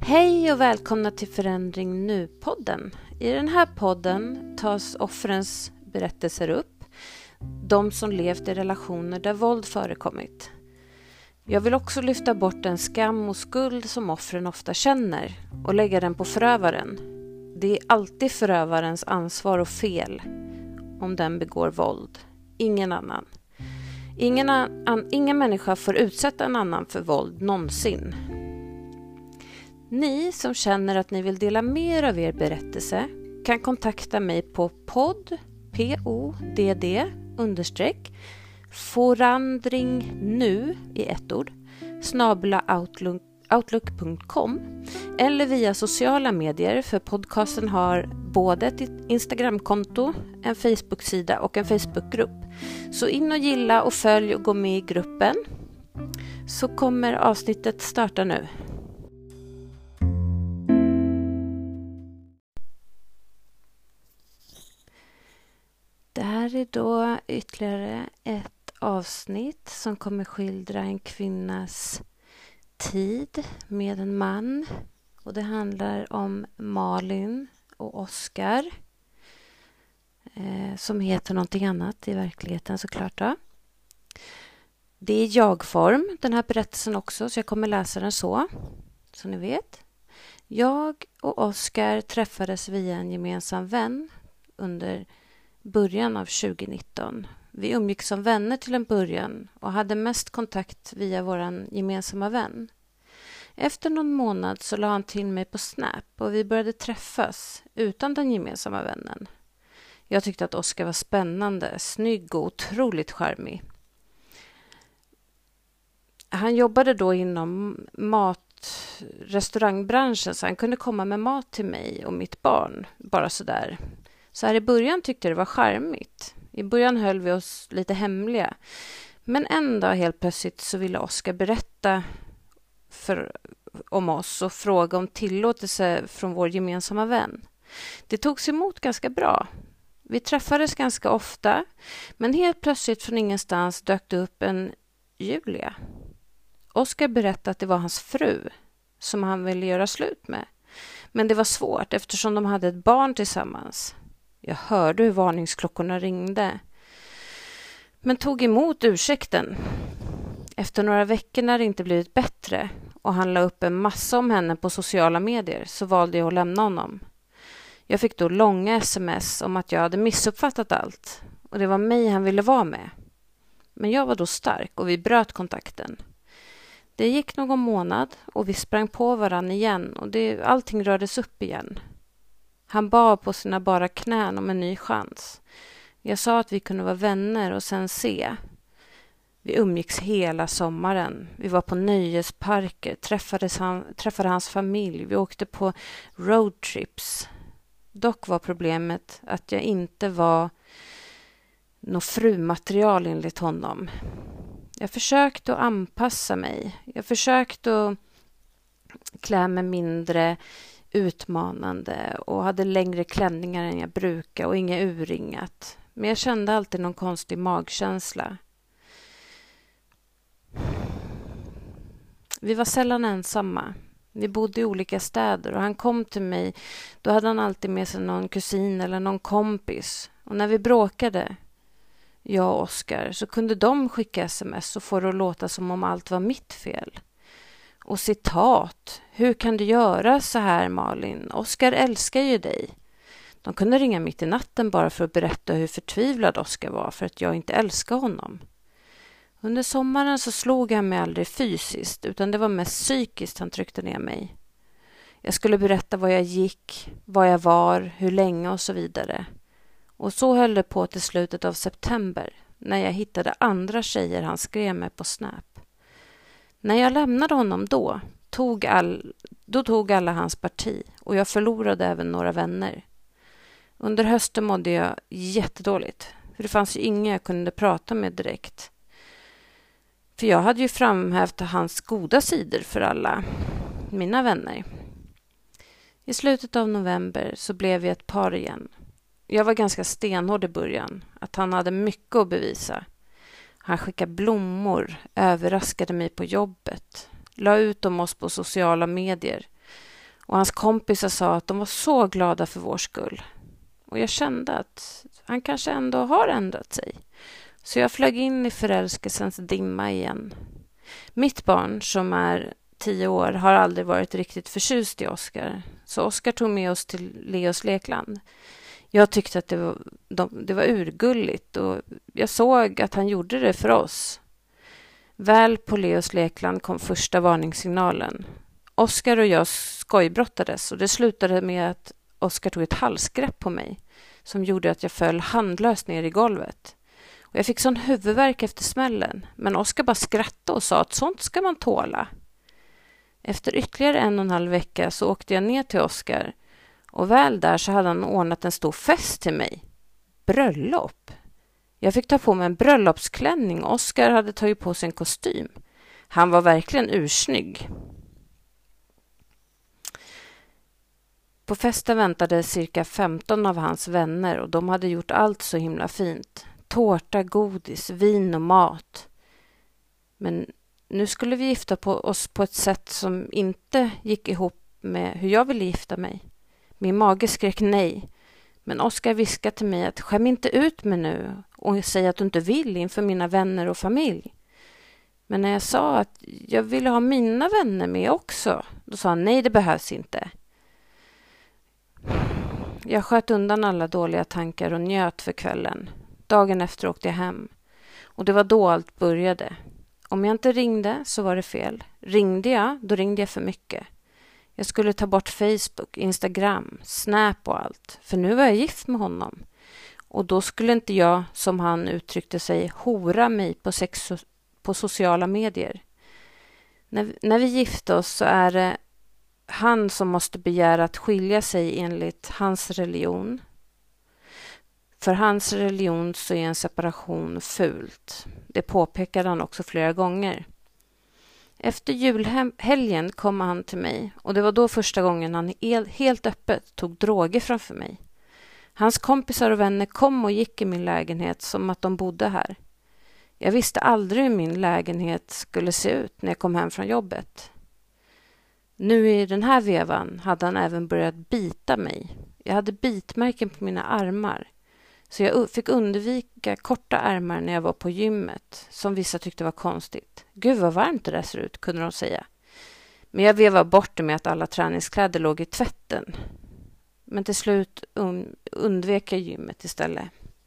Hej och välkomna till Förändring Nu-podden. I den här podden tas offrens berättelser upp, de som levt i relationer där våld förekommit. Jag vill också lyfta bort den skam och skuld som offren ofta känner och lägga den på förövaren. Det är alltid förövarens ansvar och fel om den begår våld, ingen annan. Ingen människa får utsätta en annan för våld någonsin. Ni som känner att ni vill dela mer av er berättelse kan kontakta mig på podd, _forandringnu i ett ord, @outlook.com eller via sociala medier, för podcasten har både ett Instagramkonto, en Facebook-sida och en Facebookgrupp. Så in och gilla och följ och gå med i gruppen, så kommer avsnittet starta nu. Det här är då ytterligare ett avsnitt som kommer skildra en kvinnas tid med en man. Och det handlar om Malin och Oskar, som heter någonting annat i verkligheten såklart då. Det är jag-form, den här berättelsen också, så jag kommer läsa den så ni vet. Jag och Oskar träffades via en gemensam vän under början av 2019. Vi umgick som vänner till en början och hade mest kontakt via våran gemensamma vän. Efter någon månad så la han till mig på Snap och vi började träffas utan den gemensamma vännen. Jag tyckte att Oskar var spännande, snygg och otroligt charmig. Han jobbade då inom restaurangbranschen, så han kunde komma med mat till mig och mitt barn, bara sådär. Så här i början tyckte jag det var charmigt. I början höll vi oss lite hemliga. Men en dag helt plötsligt så ville Oskar berätta om oss och fråga om tillåtelse från vår gemensamma vän. Det togs emot ganska bra. Vi träffades ganska ofta, men helt plötsligt från ingenstans dök det upp en Julia. Oskar berättade att det var hans fru som han ville göra slut med. Men det var svårt eftersom de hade ett barn tillsammans. Jag hörde hur varningsklockorna ringde, men tog emot ursäkten. Efter några veckor när det inte blivit bättre och han la upp en massa om henne på sociala medier, så valde jag att lämna honom. Jag fick då långa sms om att jag hade missuppfattat allt och det var mig han ville vara med. Men jag var då stark och vi bröt kontakten. Det gick någon månad och vi sprang på varann igen och allting rördes upp igen. Han bad på sina bara knän om en ny chans. Jag sa att vi kunde vara vänner och sen se. Vi umgicks hela sommaren. Vi var på nöjesparker, träffade hans familj. Vi åkte på roadtrips. Dock var problemet att jag inte var något frumaterial enligt honom. Jag försökte att anpassa mig. Jag försökte att klä mig mindre utmanande och hade längre klänningar än jag brukar och inga urringat. Men jag kände alltid någon konstig magkänsla. Vi var sällan ensamma. Vi bodde i olika städer och han kom till mig. Då hade han alltid med sig någon kusin eller någon kompis. Och när vi bråkade, jag och Oskar, så kunde de skicka sms och få det att låta som om allt var mitt fel. Och citat: hur kan du göra så här, Malin? Oskar älskar ju dig. De kunde ringa mitt i natten bara för att berätta hur förtvivlad Oskar var för att jag inte älskar honom. Under sommaren så slog han mig aldrig fysiskt, utan det var mest psykiskt han tryckte ner mig. Jag skulle berätta var jag gick, var jag var, hur länge och så vidare. Och så höll det på till slutet av september, när jag hittade andra tjejer han skrev med på Snap. När jag lämnade honom då tog alla hans parti och jag förlorade även några vänner. Under hösten mådde jag jättedåligt, för det fanns ju ingen jag kunde prata med direkt. För jag hade ju framhävt hans goda sidor för alla mina vänner. I slutet av november så blev vi ett par igen. Jag var ganska stenhård i början, att han hade mycket att bevisa. Han skickade blommor, överraskade mig på jobbet, la ut om oss på sociala medier. Och hans kompisar sa att de var så glada för vår skull. Och jag kände att han kanske ändå har ändrat sig. Så jag flög in i förälskelsens dimma igen. Mitt barn, som är 10 år, har aldrig varit riktigt förtjust i Oscar. Så Oscar tog med oss till Leos lekland. Jag tyckte att det var urgulligt och jag såg att han gjorde det för oss. Väl på Leos lekland kom första varningssignalen. Oscar och jag skojbrottades och det slutade med att Oscar tog ett halsgrepp på mig som gjorde att jag föll handlöst ner i golvet. Och jag fick sån huvudvärk efter smällen, men Oscar bara skrattade och sa att sånt ska man tåla. Efter ytterligare 1,5 vecka så åkte jag ner till Oscar och väl där så hade han ordnat en stor fest till mig. Bröllop. Jag fick ta på mig en bröllopsklänning. Oscar hade tagit på sig en kostym. Han var verkligen ursnygg. På festen väntade cirka 15 av hans vänner och de hade gjort allt så himla fint. Tårta, godis, vin och mat. Men nu skulle vi gifta oss på ett sätt som inte gick ihop med hur jag ville gifta mig. Min mage skrek nej. Men Oscar viskade till mig att skäm inte ut mig nu och säg att du inte vill inför mina vänner och familj. Men när jag sa att jag ville ha mina vänner med också, då sa han nej, det behövs inte. Jag sköt undan alla dåliga tankar och njöt för kvällen. Dagen efter åkte jag hem. Och det var då allt började. Om jag inte ringde så var det fel. Ringde jag, då ringde jag för mycket. Jag skulle ta bort Facebook, Instagram, Snap och allt. För nu var jag gift med honom. Och då skulle inte jag, som han uttryckte sig, hora mig på sociala medier. När vi gifte oss så är det han som måste begära att skilja sig enligt hans religion. För hans religion så är en separation fult. Det påpekade han också flera gånger. Efter julhelgen kom han till mig och det var då första gången han helt öppet tog droger framför mig. Hans kompisar och vänner kom och gick i min lägenhet som att de bodde här. Jag visste aldrig hur min lägenhet skulle se ut när jag kom hem från jobbet. Nu i den här vevan hade han även börjat bita mig. Jag hade bitmärken på mina armar. Så jag fick undvika korta ärmar när jag var på gymmet, som vissa tyckte var konstigt. Gud vad varmt det där ser ut, kunde de säga. Men jag vevade bort det med att alla träningskläder låg i tvätten. Men till slut undvek jag gymmet istället.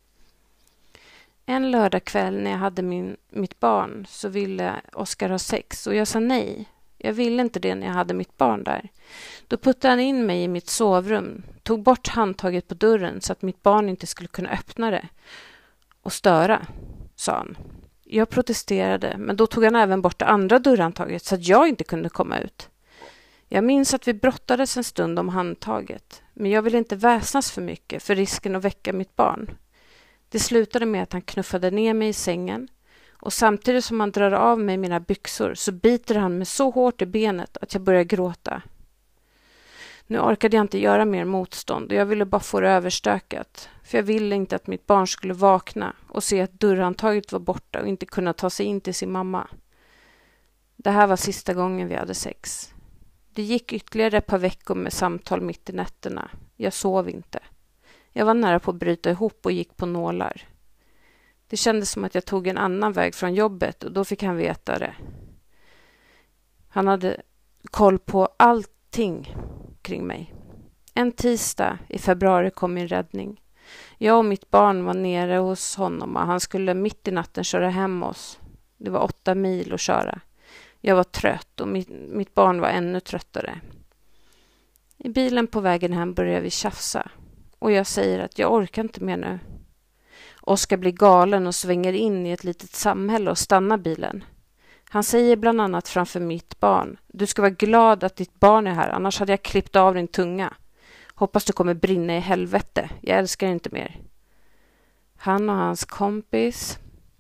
En lördagkväll när jag hade mitt barn så ville Oscar ha sex och jag sa nej. Jag ville inte det när jag hade mitt barn där. Då puttade han in mig i mitt sovrum, tog bort handtaget på dörren så att mitt barn inte skulle kunna öppna det och störa, sa han. Jag protesterade, men då tog han även bort det andra dörrhandtaget så att jag inte kunde komma ut. Jag minns att vi brottades en stund om handtaget, men jag ville inte väsnas för mycket för risken att väcka mitt barn. Det slutade med att han knuffade ner mig i sängen. Och samtidigt som han drar av mig mina byxor så biter han mig så hårt i benet att jag börjar gråta. Nu orkade jag inte göra mer motstånd och jag ville bara få det överstökat. För jag ville inte att mitt barn skulle vakna och se att dörrhandtaget var borta och inte kunna ta sig in till sin mamma. Det här var sista gången vi hade sex. Det gick ytterligare ett par veckor med samtal mitt i nätterna. Jag sov inte. Jag var nära på att bryta ihop och gick på nålar. Det kändes som att jag tog en annan väg från jobbet och då fick han veta det. Han hade koll på allting kring mig. En tisdag i februari kom min räddning. Jag och mitt barn var nere hos honom och han skulle mitt i natten köra hem oss. Det var 8 mil att köra. Jag var trött och mitt barn var ännu tröttare. I bilen på vägen hem började vi tjafsa och jag säger att jag orkar inte mer nu. Oscar blir galen och svänger in i ett litet samhälle och stannar bilen. Han säger bland annat framför mitt barn: du ska vara glad att ditt barn är här, annars hade jag klippt av din tunga. Hoppas du kommer brinna i helvete, jag älskar inte mer. Han och hans kompis,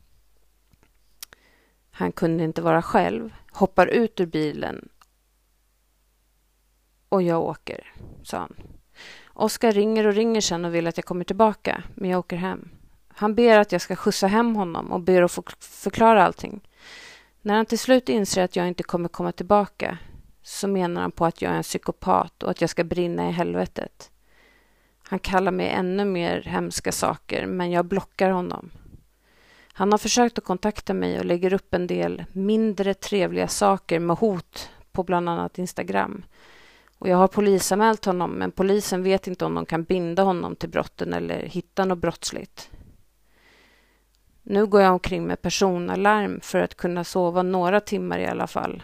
han kunde inte vara själv, hoppar ut ur bilen och jag åker, sa han. Oscar ringer och ringer sen och vill att jag kommer tillbaka, men jag åker hem. Han ber att jag ska skjutsa hem honom och ber att få förklara allting. När han till slut inser att jag inte kommer komma tillbaka så menar han på att jag är en psykopat och att jag ska brinna i helvetet. Han kallar mig ännu mer hemska saker, men jag blockar honom. Han har försökt att kontakta mig och lägger upp en del mindre trevliga saker med hot på bland annat Instagram. Och jag har polisanmält honom, men polisen vet inte om de kan binda honom till brotten eller hitta något brottsligt. Nu går jag omkring med personalarm för att kunna sova några timmar i alla fall.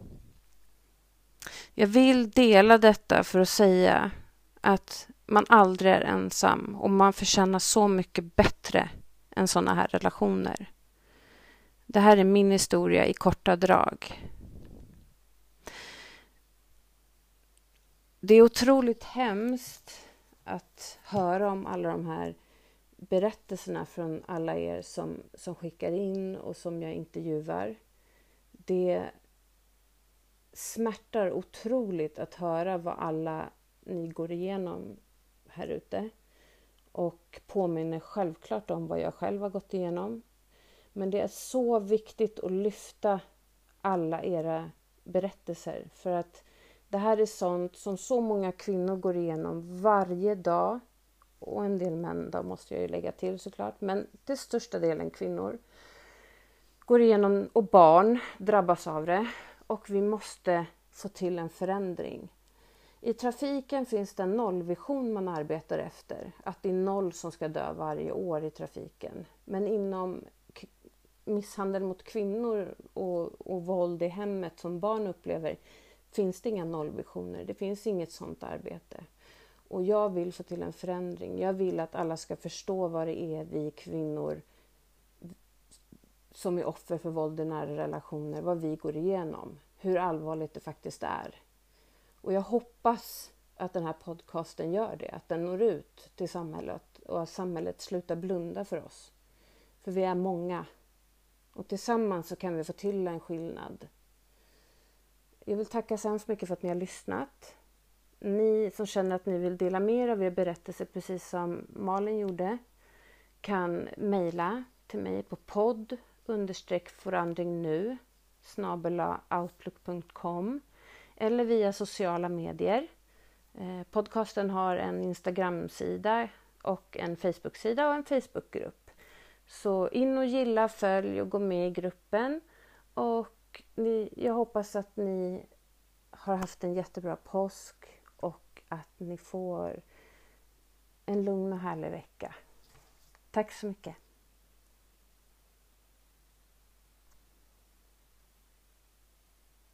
Jag vill dela detta för att säga att man aldrig är ensam och man förtjänar så mycket bättre än sådana här relationer. Det här är min historia i korta drag. Det är otroligt hemskt att höra om alla de här berättelserna från alla er som skickar in och som jag intervjuar. Det smärtar otroligt att höra vad alla ni går igenom här ute. Och påminner självklart om vad jag själv har gått igenom. Men det är så viktigt att lyfta alla era berättelser. För att det här är sånt som så många kvinnor går igenom varje dag. Och en del män då måste jag ju lägga till såklart. Men till största delen kvinnor går igenom och barn drabbas av det. Och vi måste få till en förändring. I trafiken finns det en nollvision man arbetar efter. Att det är 0 som ska dö varje år i trafiken. Men inom misshandel mot kvinnor och våld i hemmet som barn upplever finns det inga nollvisioner. Det finns inget sånt arbete. Och jag vill få till en förändring. Jag vill att alla ska förstå vad det är vi kvinnor som är offer för våld i nära relationer, vad vi går igenom. Hur allvarligt det faktiskt är. Och jag hoppas att den här podcasten gör det. Att den når ut till samhället och att samhället slutar blunda för oss. För vi är många. Och tillsammans så kan vi få till en skillnad. Jag vill tacka så hemskt mycket för att ni har lyssnat. Ni som känner att ni vill dela mer av er berättelse precis som Malin gjorde kan mejla till mig på podd_forandringnu@outlook.com eller via sociala medier. Podcasten har en Instagram-sida och en Facebook-sida och en Facebook-grupp. Så in och gilla, följ och gå med i gruppen. Och jag hoppas att ni har haft en jättebra påsk och att ni får en lugn och härlig vecka. Tack så mycket.